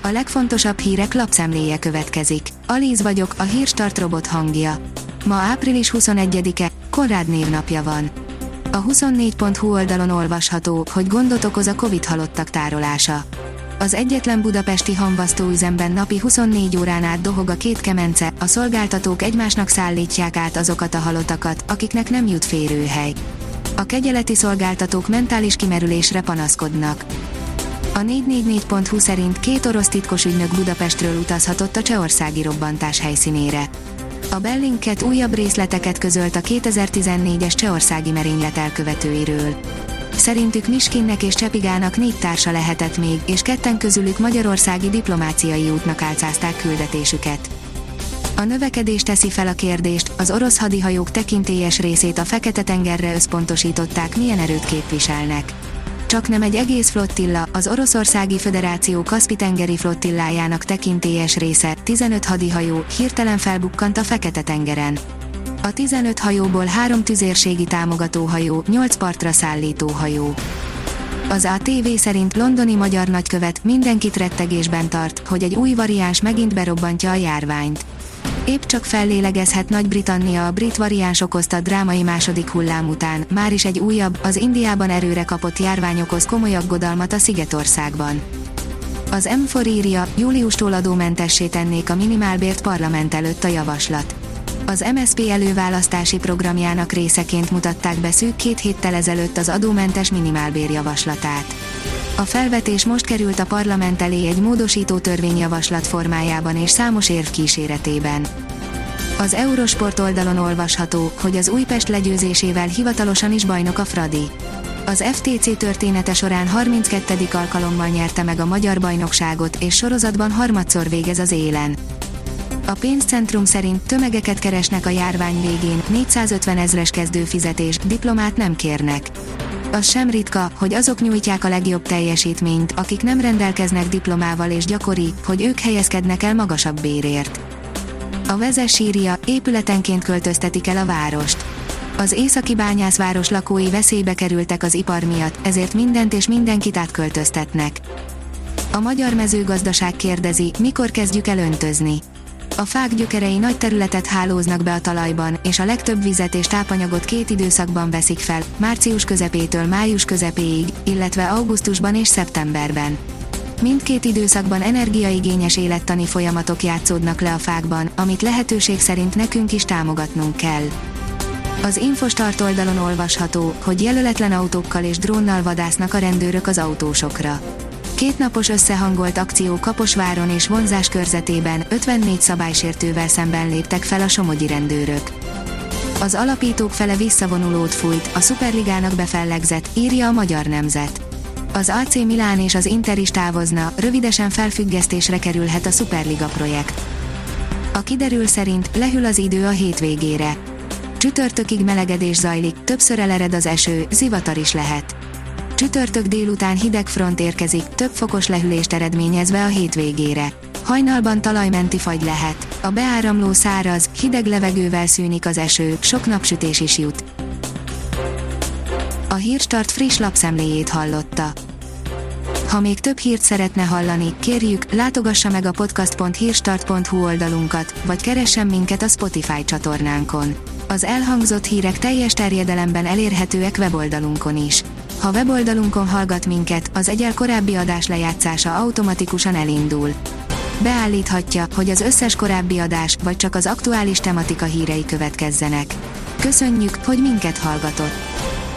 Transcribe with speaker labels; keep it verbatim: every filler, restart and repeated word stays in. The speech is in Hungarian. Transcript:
Speaker 1: A legfontosabb hírek lapszemléje következik. Alíz vagyok, a Hírstart robot hangja. Ma április huszonegyedike, Konrád névnapja van. A huszonnégy pont hu oldalon olvasható, hogy gondot okoz a Covid halottak tárolása. Az egyetlen budapesti hamvasztóüzemben napi huszonnégy órán át dohog a két kemence, a szolgáltatók egymásnak szállítják át azokat a halottakat, akiknek nem jut férőhely. A kegyeleti szolgáltatók mentális kimerülésre panaszkodnak. A négy négy négy pont hu szerint két orosz titkos ügynök Budapestről utazhatott a csehországi robbantás helyszínére. A Bellingcat újabb részleteket közölt a kétezer-tizennégyes csehországi merénylet elkövetőiről. Szerintük Miskinnek és Csepigának négy társa lehetett még, és ketten közülük magyarországi diplomáciai útnak álcázták küldetésüket. A növekedés teszi fel a kérdést, az orosz hadihajók tekintélyes részét a Fekete-tengerre összpontosították, milyen erőt képviselnek. Csaknem egy egész flottilla, az Oroszországi Föderáció Kaszpi-tengeri flottillájának tekintélyes része, tizenöt hadihajó, hirtelen felbukkant a Fekete-tengeren. A tizenöt hajóból három tüzérségi támogatóhajó, nyolc partra szállító hajó. Az á té vé szerint londoni magyar nagykövet mindenkit rettegésben tart, hogy egy új variáns megint berobbantja a járványt. Épp csak fellélegezhet Nagy-Britannia a brit variáns okozta drámai második hullám után, máris egy újabb, az Indiában erőre kapott járvány okoz komoly aggodalmat a Szigetországban. Az M négy írja, júliustól adómentessé tennék a minimálbért parlament előtt a javaslat. Az em es zé pé előválasztási programjának részeként mutatták be szűk két héttel ezelőtt az adómentes minimálbér javaslatát. A felvetés most került a parlament elé egy módosító törvényjavaslat formájában és számos érv kíséretében. Az Eurosport oldalon olvasható, hogy az Újpest legyőzésével hivatalosan is bajnok a Fradi. Az ef té cé története során harminckettedik alkalommal nyerte meg a magyar bajnokságot, és sorozatban harmadszor végez az élen. A pénzcentrum szerint tömegeket keresnek a járvány végén, négyszázötven ezres kezdőfizetés, diplomát nem kérnek. Az sem ritka, hogy azok nyújtják a legjobb teljesítményt, akik nem rendelkeznek diplomával, és gyakori, hogy ők helyezkednek el magasabb bérért. A Vezes írja, épületenként költöztetik el a várost. Az északi bányászváros lakói veszélybe kerültek az ipar miatt, ezért mindent és mindenkit átköltöztetnek. A magyar mezőgazdaság kérdezi, mikor kezdjük el öntözni. A fák gyökerei nagy területet hálóznak be a talajban, és a legtöbb vizet és tápanyagot két időszakban veszik fel, március közepétől május közepéig, illetve augusztusban és szeptemberben. Mindkét időszakban energiaigényes élettani folyamatok játszódnak le a fákban, amit lehetőség szerint nekünk is támogatnunk kell. Az Infostart oldalon olvasható, hogy jelöletlen autókkal és drónnal vadásznak a rendőrök az autósokra. Kétnapos összehangolt akció Kaposváron és vonzás körzetében ötvennégy szabálysértővel szemben léptek fel a somogyi rendőrök. Az alapítók fele visszavonulót fújt, a Szuperligának befellegzett, írja a Magyar Nemzet. Az á cé Milán és az Inter is távozna, rövidesen felfüggesztésre kerülhet a Szuperliga projekt. A kiderül szerint lehűl az idő a hétvégére. Csütörtökig melegedés zajlik, többször elered az eső, zivatar is lehet. Csütörtök délután hideg front érkezik, több fokos lehűlést eredményezve a hétvégére. Hajnalban talajmenti fagy lehet. A beáramló száraz, hideg levegővel szűnik az eső, sok napsütés is jut. A Hírstart friss lapszemléjét hallotta. Ha még több hírt szeretne hallani, kérjük, látogassa meg a podcast pont hírstart pont hu oldalunkat, vagy keressen minket a Spotify csatornánkon. Az elhangzott hírek teljes terjedelemben elérhetőek weboldalunkon is. Ha weboldalunkon hallgat minket, az egyel korábbi adás lejátszása automatikusan elindul. Beállíthatja, hogy az összes korábbi adás, vagy csak az aktuális tematika hírei következzenek. Köszönjük, hogy minket hallgatott!